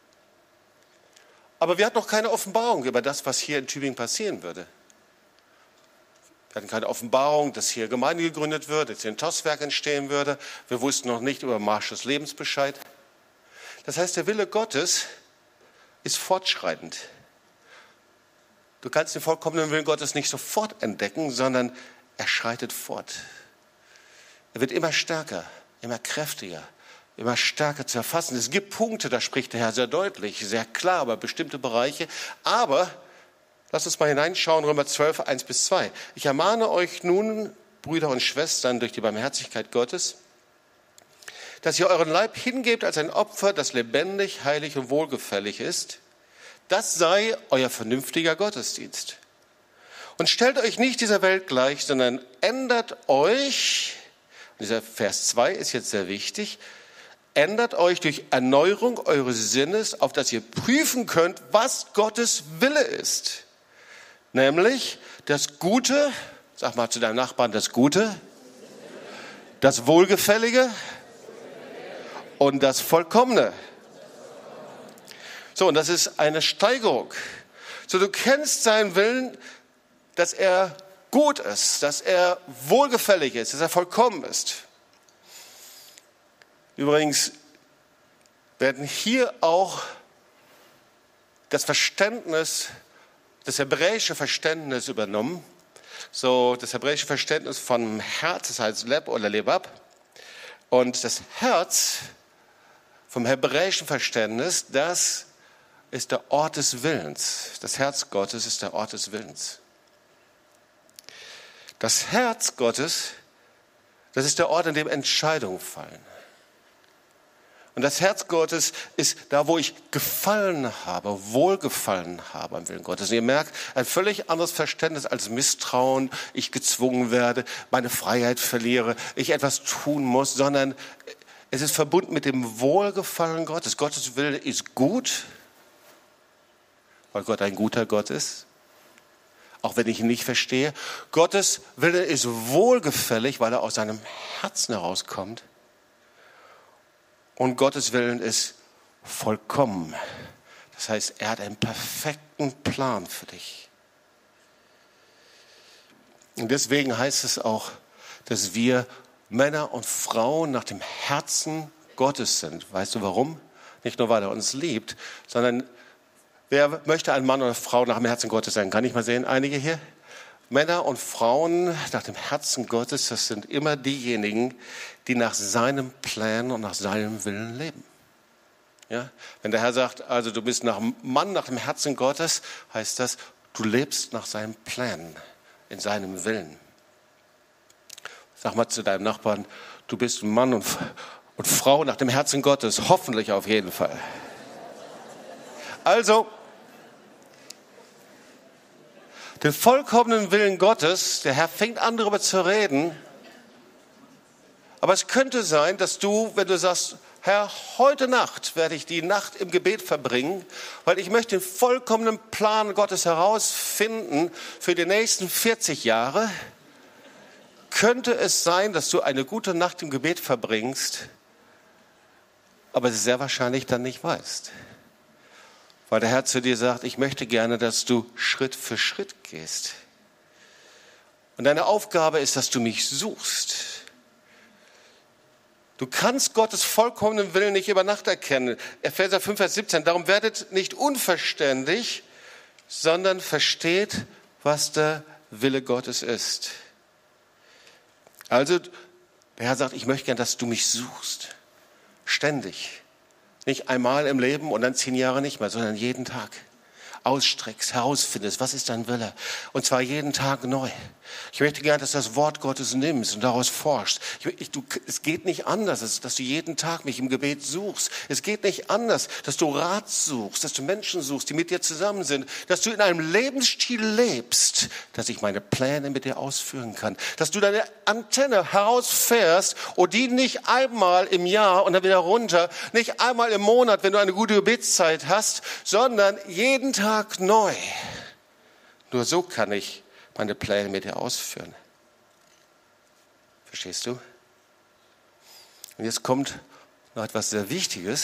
Aber wir hatten noch keine Offenbarung über das, was hier in Tübingen passieren würde. Wir hatten keine Offenbarung, dass hier Gemeinde gegründet wird, dass hier ein TOS-Werk entstehen würde. Wir wussten noch nicht über Marsch des Lebens Bescheid. Das heißt, der Wille Gottes ist fortschreitend. Du kannst den vollkommenen Willen Gottes nicht sofort entdecken, sondern er schreitet fort. Er wird immer stärker, immer kräftiger, immer stärker zu erfassen. Es gibt Punkte, da spricht der Herr sehr deutlich, sehr klar über bestimmte Bereiche. Aber lasst uns mal hineinschauen, Römer 12, 1-2. Ich ermahne euch nun, Brüder und Schwestern, durch die Barmherzigkeit Gottes, dass ihr euren Leib hingebt als ein Opfer, das lebendig, heilig und wohlgefällig ist. Das sei euer vernünftiger Gottesdienst. Und stellt euch nicht dieser Welt gleich, sondern ändert euch, dieser Vers 2 ist jetzt sehr wichtig, ändert euch durch Erneuerung eures Sinnes, auf dass ihr prüfen könnt, was Gottes Wille ist. Nämlich das Gute, sag mal zu deinem Nachbarn, das Gute, das Wohlgefällige und das Vollkommene. So, und das ist eine Steigerung. So, du kennst seinen Willen, dass er gut ist, dass er wohlgefällig ist, dass er vollkommen ist. Übrigens werden hier auch das Verständnis, das hebräische Verständnis übernommen. So, das hebräische Verständnis vom Herz, das heißt Leb oder Lebab. Und das Herz vom hebräischen Verständnis, das ist der Ort des Willens. Das Herz Gottes ist der Ort des Willens. Das Herz Gottes, das ist der Ort, an dem Entscheidungen fallen. Und das Herz Gottes ist da, wo ich Gefallen habe, Wohlgefallen habe am Willen Gottes. Und ihr merkt, ein völlig anderes Verständnis als Misstrauen, ich gezwungen werde, meine Freiheit verliere, ich etwas tun muss, sondern es ist verbunden mit dem Wohlgefallen Gottes. Gottes Wille ist gut, weil Gott ein guter Gott ist, auch wenn ich ihn nicht verstehe. Gottes Wille ist wohlgefällig, weil er aus seinem Herzen herauskommt. Und Gottes Willen ist vollkommen. Das heißt, er hat einen perfekten Plan für dich. Und deswegen heißt es auch, dass wir Männer und Frauen nach dem Herzen Gottes sind. Weißt du warum? Nicht nur, weil er uns liebt, sondern wer möchte ein Mann oder Frau nach dem Herzen Gottes sein? Kann ich mal sehen, einige hier? Männer und Frauen nach dem Herzen Gottes, das sind immer diejenigen, die nach seinem Plan und nach seinem Willen leben. Ja? Wenn der Herr sagt, also du bist Mann nach dem Herzen Gottes, heißt das, du lebst nach seinem Plan, in seinem Willen. Sag mal zu deinem Nachbarn, du bist ein Mann und Frau nach dem Herzen Gottes, hoffentlich auf jeden Fall. Also, den vollkommenen Willen Gottes, der Herr fängt an, darüber zu reden. Aber es könnte sein, dass du, wenn du sagst, Herr, heute Nacht werde ich die Nacht im Gebet verbringen, weil ich möchte den vollkommenen Plan Gottes herausfinden für die nächsten 40 Jahre, könnte es sein, dass du eine gute Nacht im Gebet verbringst, aber es sehr wahrscheinlich dann nicht weißt. Weil der Herr zu dir sagt, ich möchte gerne, dass du Schritt für Schritt gehst. Und deine Aufgabe ist, dass du mich suchst. Du kannst Gottes vollkommenen Willen nicht über Nacht erkennen. Epheser 5, Vers 17, darum werdet nicht unverständig, sondern versteht, was der Wille Gottes ist. Also, der Herr sagt, ich möchte gerne, dass du mich suchst. Ständig. Nicht einmal im Leben und dann 10 Jahre nicht mehr, sondern jeden Tag. Ausstreckst, herausfindest, was ist dein Wille? Und zwar jeden Tag neu. Ich möchte gerne, dass du das Wort Gottes nimmst und daraus forschst. Es geht nicht anders, dass du jeden Tag mich im Gebet suchst. Es geht nicht anders, dass du Rat suchst, dass du Menschen suchst, die mit dir zusammen sind. Dass du in einem Lebensstil lebst, dass ich meine Pläne mit dir ausführen kann. Dass du deine Antenne herausfährst und die nicht einmal im Jahr und dann wieder runter, nicht einmal im Monat, wenn du eine gute Gebetszeit hast, sondern jeden Tag neu. Nur so kann ich meine Pläne mit dir ausführen. Verstehst du? Und jetzt kommt noch etwas sehr Wichtiges.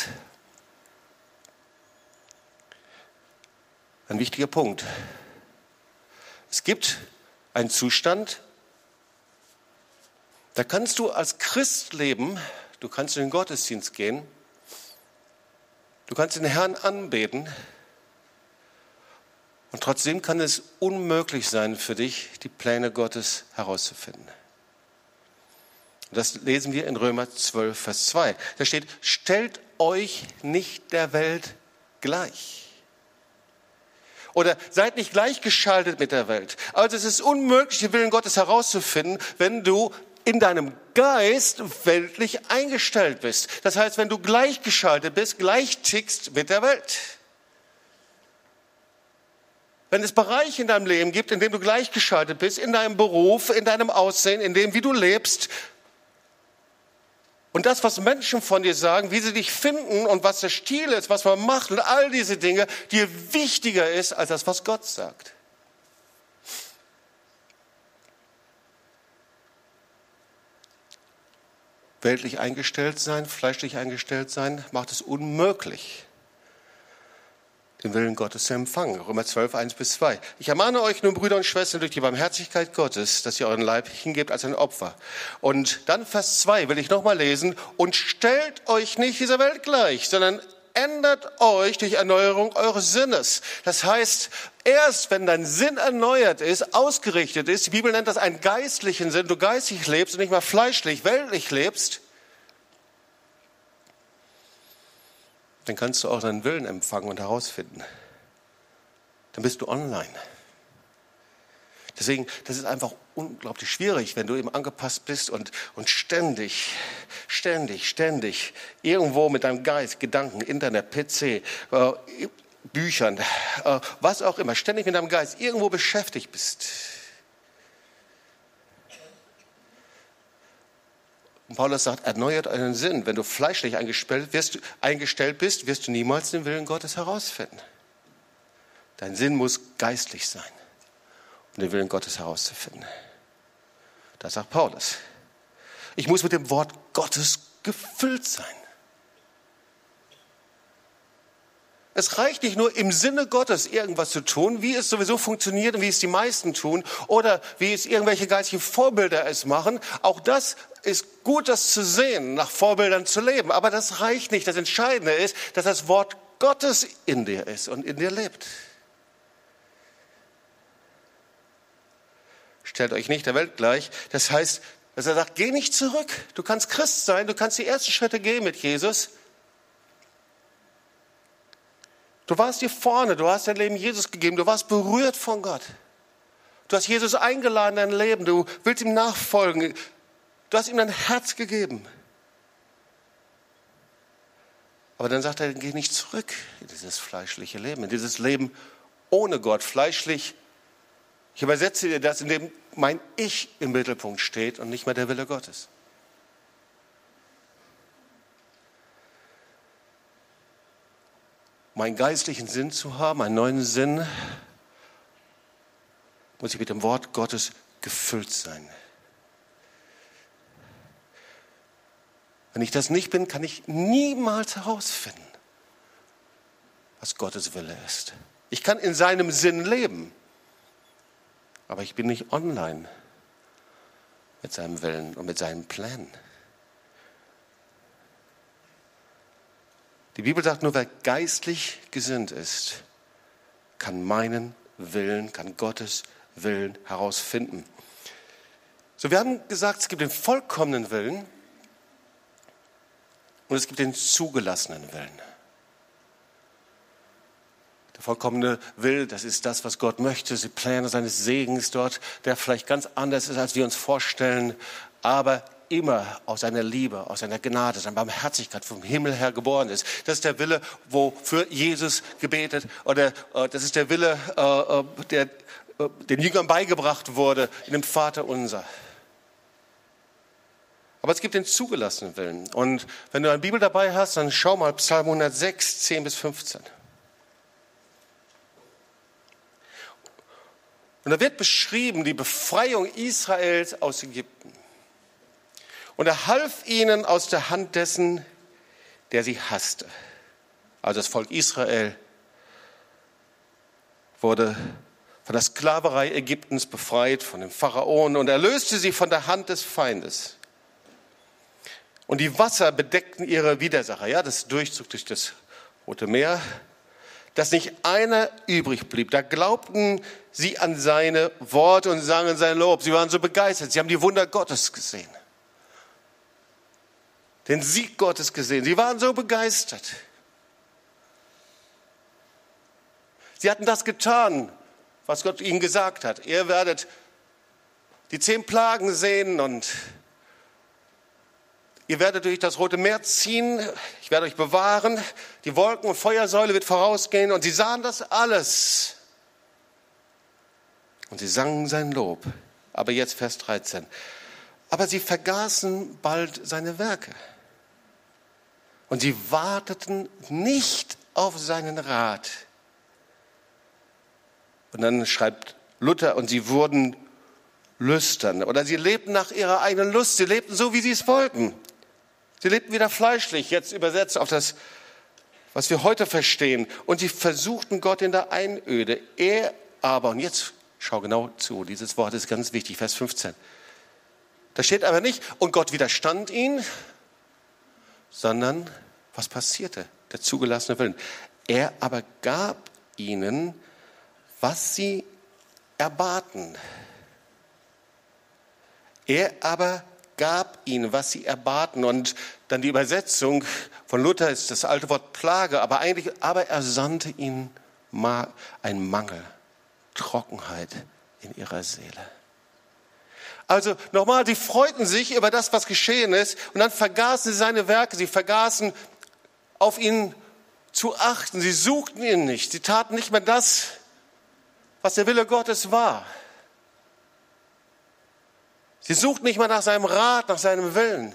Ein wichtiger Punkt. Es gibt einen Zustand, da kannst du als Christ leben, du kannst in den Gottesdienst gehen, du kannst den Herrn anbeten, und trotzdem kann es unmöglich sein für dich, die Pläne Gottes herauszufinden. Das lesen wir in Römer 12, Vers 2. Da steht, stellt euch nicht der Welt gleich. Oder seid nicht gleichgeschaltet mit der Welt. Also es ist unmöglich, den Willen Gottes herauszufinden, wenn du in deinem Geist weltlich eingestellt bist. Das heißt, wenn du gleichgeschaltet bist, gleich tickst mit der Welt. Wenn es Bereiche in deinem Leben gibt, in denen du gleichgeschaltet bist, in deinem Beruf, in deinem Aussehen, in dem, wie du lebst, und das, was Menschen von dir sagen, wie sie dich finden und was der Stil ist, was man macht und all diese Dinge, dir wichtiger ist als das, was Gott sagt. Weltlich eingestellt sein, fleischlich eingestellt sein, macht es unmöglich, den Willen Gottes zu empfangen. Römer 12, 1 bis 2. Ich ermahne euch nun, Brüder und Schwestern, durch die Barmherzigkeit Gottes, dass ihr euren Leib hingebt als ein Opfer. Und dann Vers 2 will ich nochmal lesen. Und stellt euch nicht dieser Welt gleich, sondern ändert euch durch Erneuerung eures Sinnes. Das heißt, erst wenn dein Sinn erneuert ist, ausgerichtet ist, die Bibel nennt das einen geistlichen Sinn, du geistig lebst und nicht mehr fleischlich, weltlich lebst, dann kannst du auch deinen Willen empfangen und herausfinden. Dann bist du online. Deswegen, das ist einfach unglaublich schwierig, wenn du eben angepasst bist und ständig irgendwo mit deinem Geist, Gedanken, Internet, PC, Büchern, was auch immer, ständig mit deinem Geist irgendwo beschäftigt bist. Und Paulus sagt, erneuert euren Sinn. Wenn du fleischlich eingestellt bist, wirst du niemals den Willen Gottes herausfinden. Dein Sinn muss geistlich sein, um den Willen Gottes herauszufinden. Das sagt Paulus. Ich muss mit dem Wort Gottes gefüllt sein. Es reicht nicht nur im Sinne Gottes irgendwas zu tun, wie es sowieso funktioniert und wie es die meisten tun oder wie es irgendwelche geistigen Vorbilder es machen. Auch das ist gut, das zu sehen, nach Vorbildern zu leben. Aber das reicht nicht. Das Entscheidende ist, dass das Wort Gottes in dir ist und in dir lebt. stellt euch nicht der Welt gleich. Das heißt, dass er sagt, geh nicht zurück. Du kannst Christ sein, du kannst die ersten Schritte gehen mit Jesus. Du warst hier vorne, du hast dein Leben Jesus gegeben, du warst berührt von Gott. Du hast Jesus eingeladen in dein Leben, du willst ihm nachfolgen. Du hast ihm dein Herz gegeben. Aber dann sagt er, geh nicht zurück in dieses fleischliche Leben, in dieses Leben ohne Gott, fleischlich. Ich übersetze dir das, indem mein Ich im Mittelpunkt steht und nicht mehr der Wille Gottes. Um einen geistlichen Sinn zu haben, einen neuen Sinn, muss ich mit dem Wort Gottes gefüllt sein. Wenn ich das nicht bin, kann ich niemals herausfinden, was Gottes Wille ist. Ich kann in seinem Sinn leben, aber ich bin nicht online mit seinem Willen und mit seinen Plänen. Die Bibel sagt nur, wer geistlich gesinnt ist, kann meinen Willen, kann Gottes Willen herausfinden. So, wir haben gesagt, es gibt den vollkommenen Willen und es gibt den zugelassenen Willen. Der vollkommene Wille, das ist das, was Gott möchte, die Pläne seines Segens dort, der vielleicht ganz anders ist, als wir uns vorstellen, aber immer aus seiner Liebe, aus seiner Gnade, seiner Barmherzigkeit vom Himmel her geboren ist. Das ist der Wille, wofür Jesus gebetet, oder das ist der Wille, der den Jüngern beigebracht wurde in dem Vaterunser. Aber es gibt den zugelassenen Willen. Und wenn du eine Bibel dabei hast, dann schau mal Psalm 106, 10 bis 15. Und da wird beschrieben die Befreiung Israels aus Ägypten. Und er half ihnen aus der Hand dessen, der sie hasste. Also das Volk Israel wurde von der Sklaverei Ägyptens befreit, von dem Pharaonen, und erlöste sie von der Hand des Feindes. Und die Wasser bedeckten ihre Widersacher. Ja, das Durchzug durch das Rote Meer, dass nicht einer übrig blieb. Da glaubten sie an seine Worte und sangen sein Lob. Sie waren so begeistert. Sie haben die Wunder Gottes gesehen. Den Sieg Gottes gesehen. Sie waren so begeistert. Sie hatten das getan, was Gott ihnen gesagt hat. Ihr werdet die 10 Plagen sehen und ihr werdet durch das Rote Meer ziehen. Ich werde euch bewahren. Die Wolken- und Feuersäule wird vorausgehen. Und sie sahen das alles. Und sie sangen sein Lob. Aber jetzt Vers 13. Aber sie vergaßen bald seine Werke. Und sie warteten nicht auf seinen Rat. Und dann schreibt Luther, und sie wurden lüstern. Oder sie lebten nach ihrer eigenen Lust. Sie lebten so, wie sie es wollten. Sie lebten wieder fleischlich, jetzt übersetzt auf das, was wir heute verstehen. Und sie versuchten Gott in der Einöde. Er aber, und jetzt schau genau zu, dieses Wort ist ganz wichtig, Vers 15. Da steht aber nicht, und Gott widerstand ihnen, sondern was passierte? Der zugelassene Willen. Er aber gab ihnen, was sie erbaten. Er aber gab ihnen, was sie erbaten. Und dann die Übersetzung von Luther ist das alte Wort Plage, aber er sandte ihnen einen Mangel, Trockenheit in ihrer Seele. Also nochmal, sie freuten sich über das, was geschehen ist, und dann vergaßen sie seine Werke, sie vergaßen auf ihn zu achten, sie suchten ihn nicht, sie taten nicht mehr das, was der Wille Gottes war. Sie suchten nicht mehr nach seinem Rat, nach seinem Willen.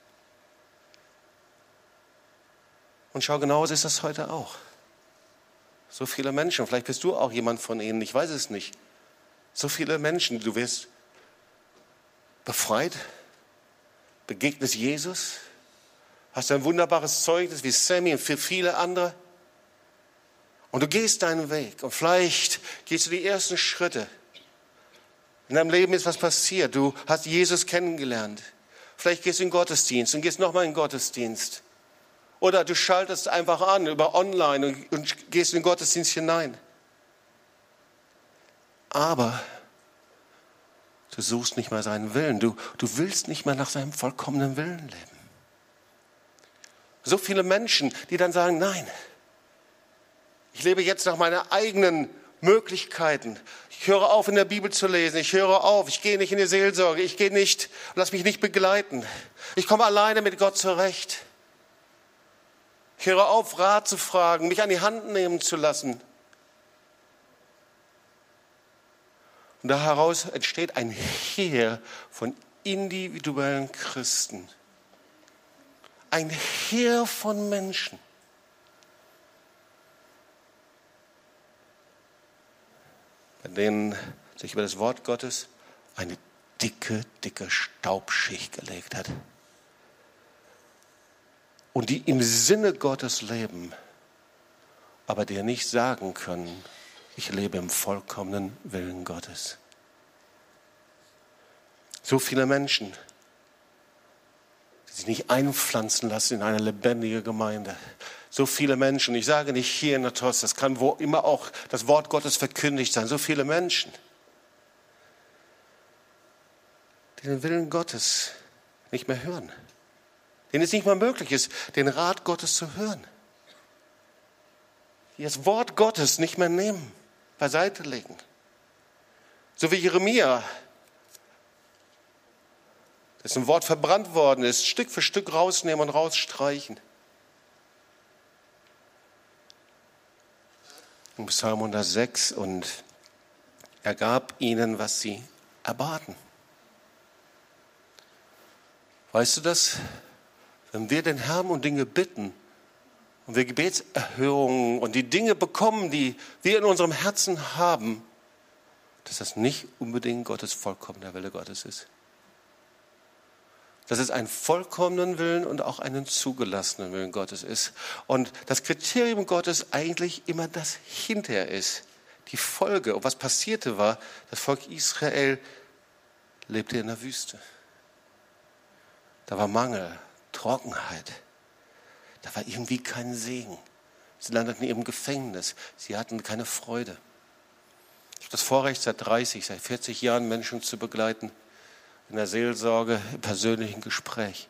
Und schau, genauso ist das heute auch. So viele Menschen, vielleicht bist du auch jemand von ihnen, ich weiß es nicht. So viele Menschen, du wirst befreit, begegnest Jesus, hast ein wunderbares Zeugnis wie Sammy und für viele andere. Und du gehst deinen Weg und vielleicht gehst du die ersten Schritte. In deinem Leben ist was passiert. Du hast Jesus kennengelernt. Vielleicht gehst du in den Gottesdienst und gehst nochmal in den Gottesdienst. Oder du schaltest einfach an über online und gehst in den Gottesdienst hinein. Aber Du suchst nicht mehr seinen Willen. Du willst nicht mehr nach seinem vollkommenen Willen leben. So viele Menschen, die dann sagen, nein, ich lebe jetzt nach meinen eigenen Möglichkeiten. Ich höre auf, in der Bibel zu lesen. Ich höre auf, ich gehe nicht in die Seelsorge. Ich gehe nicht, lass mich nicht begleiten. Ich komme alleine mit Gott zurecht. Ich höre auf, Rat zu fragen, mich an die Hand nehmen zu lassen. Und da heraus entsteht ein Heer von individuellen Christen. Ein Heer von Menschen. Bei denen sich über das Wort Gottes eine dicke, dicke Staubschicht gelegt hat. Und die im Sinne Gottes leben, aber dir nicht sagen können, ich lebe im vollkommenen Willen Gottes. So viele Menschen, die sich nicht einpflanzen lassen in eine lebendige Gemeinde. So viele Menschen, ich sage nicht hier in der TOS, das kann wo immer auch das Wort Gottes verkündigt sein. So viele Menschen, die den Willen Gottes nicht mehr hören. Denen es nicht mal möglich ist, den Rat Gottes zu hören. Die das Wort Gottes nicht mehr nehmen, beiseite legen. So wie Jeremia, dessen Wort verbrannt worden ist, Stück für Stück rausnehmen und rausstreichen. In Psalm 106, und er gab ihnen, was sie erbaten. Weißt du das? Wenn wir den Herrn um Dinge bitten und wir Gebetserhörungen und die Dinge bekommen, die wir in unserem Herzen haben, dass das nicht unbedingt Gottes vollkommener Wille Gottes ist. Dass es einen vollkommenen Willen und auch einen zugelassenen Willen Gottes ist. Und das Kriterium Gottes eigentlich immer das hinterher ist. Die Folge. Und was passierte war, das Volk Israel lebte in der Wüste. Da war Mangel, Trockenheit. Da war irgendwie kein Segen. Sie landeten im Gefängnis. Sie hatten keine Freude. Ich habe das Vorrecht, seit 40 Jahren Menschen zu begleiten. In der Seelsorge, im persönlichen Gespräch.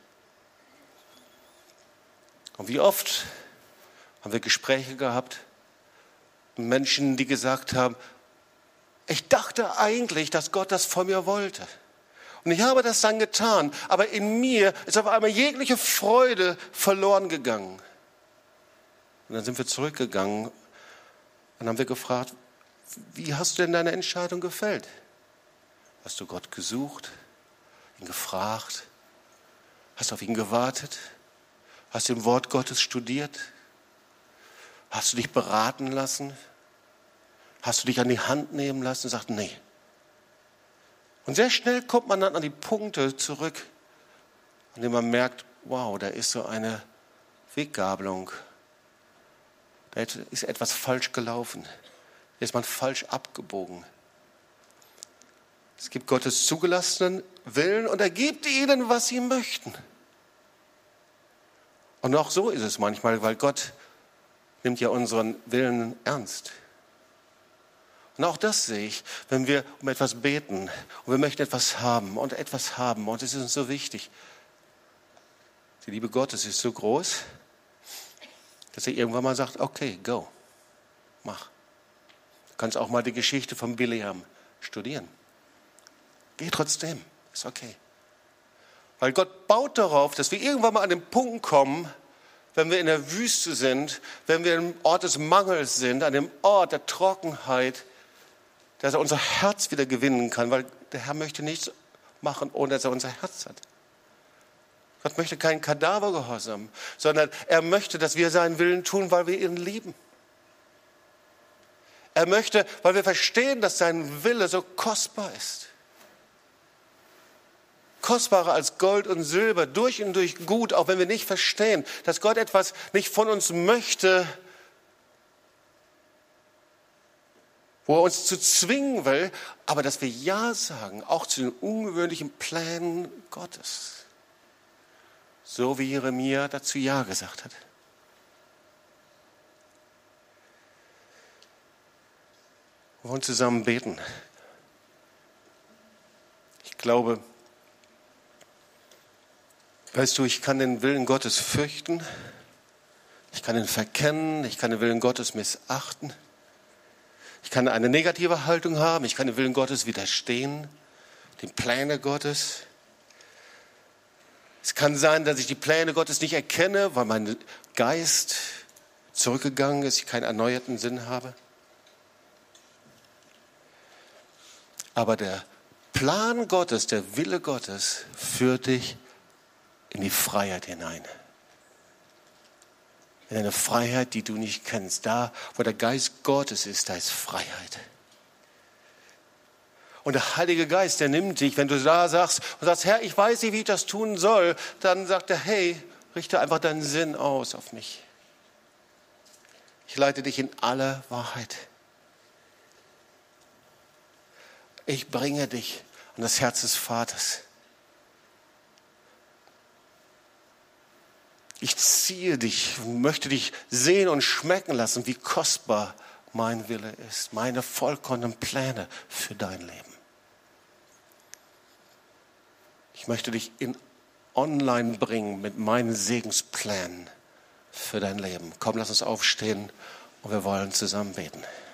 Und wie oft haben wir Gespräche gehabt mit Menschen, die gesagt haben, ich dachte eigentlich, dass Gott das von mir wollte. Und ich habe das dann getan, aber in mir ist auf einmal jegliche Freude verloren gegangen. Und dann sind wir zurückgegangen und haben wir gefragt, wie hast du denn deine Entscheidung gefällt? Hast du Gott gesucht? Ihn gefragt? Hast du auf ihn gewartet? Hast du im Wort Gottes studiert? Hast du dich beraten lassen? Hast du dich an die Hand nehmen lassen und sagst, nee. Und sehr schnell kommt man dann an die Punkte zurück, an denen man merkt, wow, da ist so eine Weggabelung. Da ist etwas falsch gelaufen. Da ist man falsch abgebogen. Es gibt Gottes zugelassenen Willen und er gibt ihnen, was sie möchten. Und auch so ist es manchmal, weil Gott nimmt ja unseren Willen ernst. Und auch das sehe ich, wenn wir um etwas beten und wir möchten etwas haben und es ist uns so wichtig. Die Liebe Gottes ist so groß, dass er irgendwann mal sagt, okay, go, mach. Du kannst auch mal die Geschichte von Bileam studieren. Geh trotzdem, ist okay. Weil Gott baut darauf, dass wir irgendwann mal an den Punkt kommen, wenn wir in der Wüste sind, wenn wir im Ort des Mangels sind, an dem Ort der Trockenheit, dass er unser Herz wieder gewinnen kann, weil der Herr möchte nichts machen, ohne dass er unser Herz hat. Gott möchte keinen Kadavergehorsam, sondern er möchte, dass wir seinen Willen tun, weil wir ihn lieben. Er möchte, weil wir verstehen, dass sein Wille so kostbar ist. Kostbarer als Gold und Silber, durch und durch gut, auch wenn wir nicht verstehen, dass Gott etwas nicht von uns möchte, wo er uns zu zwingen will, aber dass wir Ja sagen, auch zu den ungewöhnlichen Plänen Gottes. So wie Jeremia dazu Ja gesagt hat. Wir wollen zusammen beten. glaube, weißt du, ich kann den Willen Gottes fürchten, ich kann ihn verkennen, ich kann den Willen Gottes missachten, ich kann eine negative Haltung haben, ich kann dem Willen Gottes widerstehen, den Pläne Gottes. Es kann sein, dass ich die Pläne Gottes nicht erkenne, weil mein Geist zurückgegangen ist, ich keinen erneuerten Sinn habe. Aber der Plan Gottes, der Wille Gottes führt dich in die Freiheit hinein. In eine Freiheit, die du nicht kennst. Da, wo der Geist Gottes ist, da ist Freiheit. Und der Heilige Geist, der nimmt dich, wenn du da sagst und sagst, Herr, ich weiß nicht, wie ich das tun soll, dann sagt er, hey, richte einfach deinen Sinn aus auf mich. Ich leite dich in alle Wahrheit. Ich bringe dich an das Herz des Vaters. Ich ziehe dich und möchte dich sehen und schmecken lassen, wie kostbar mein Wille ist, meine vollkommenen Pläne für dein Leben. Ich möchte dich in online bringen mit meinen Segensplänen für dein Leben. Komm, lass uns aufstehen und wir wollen zusammen beten.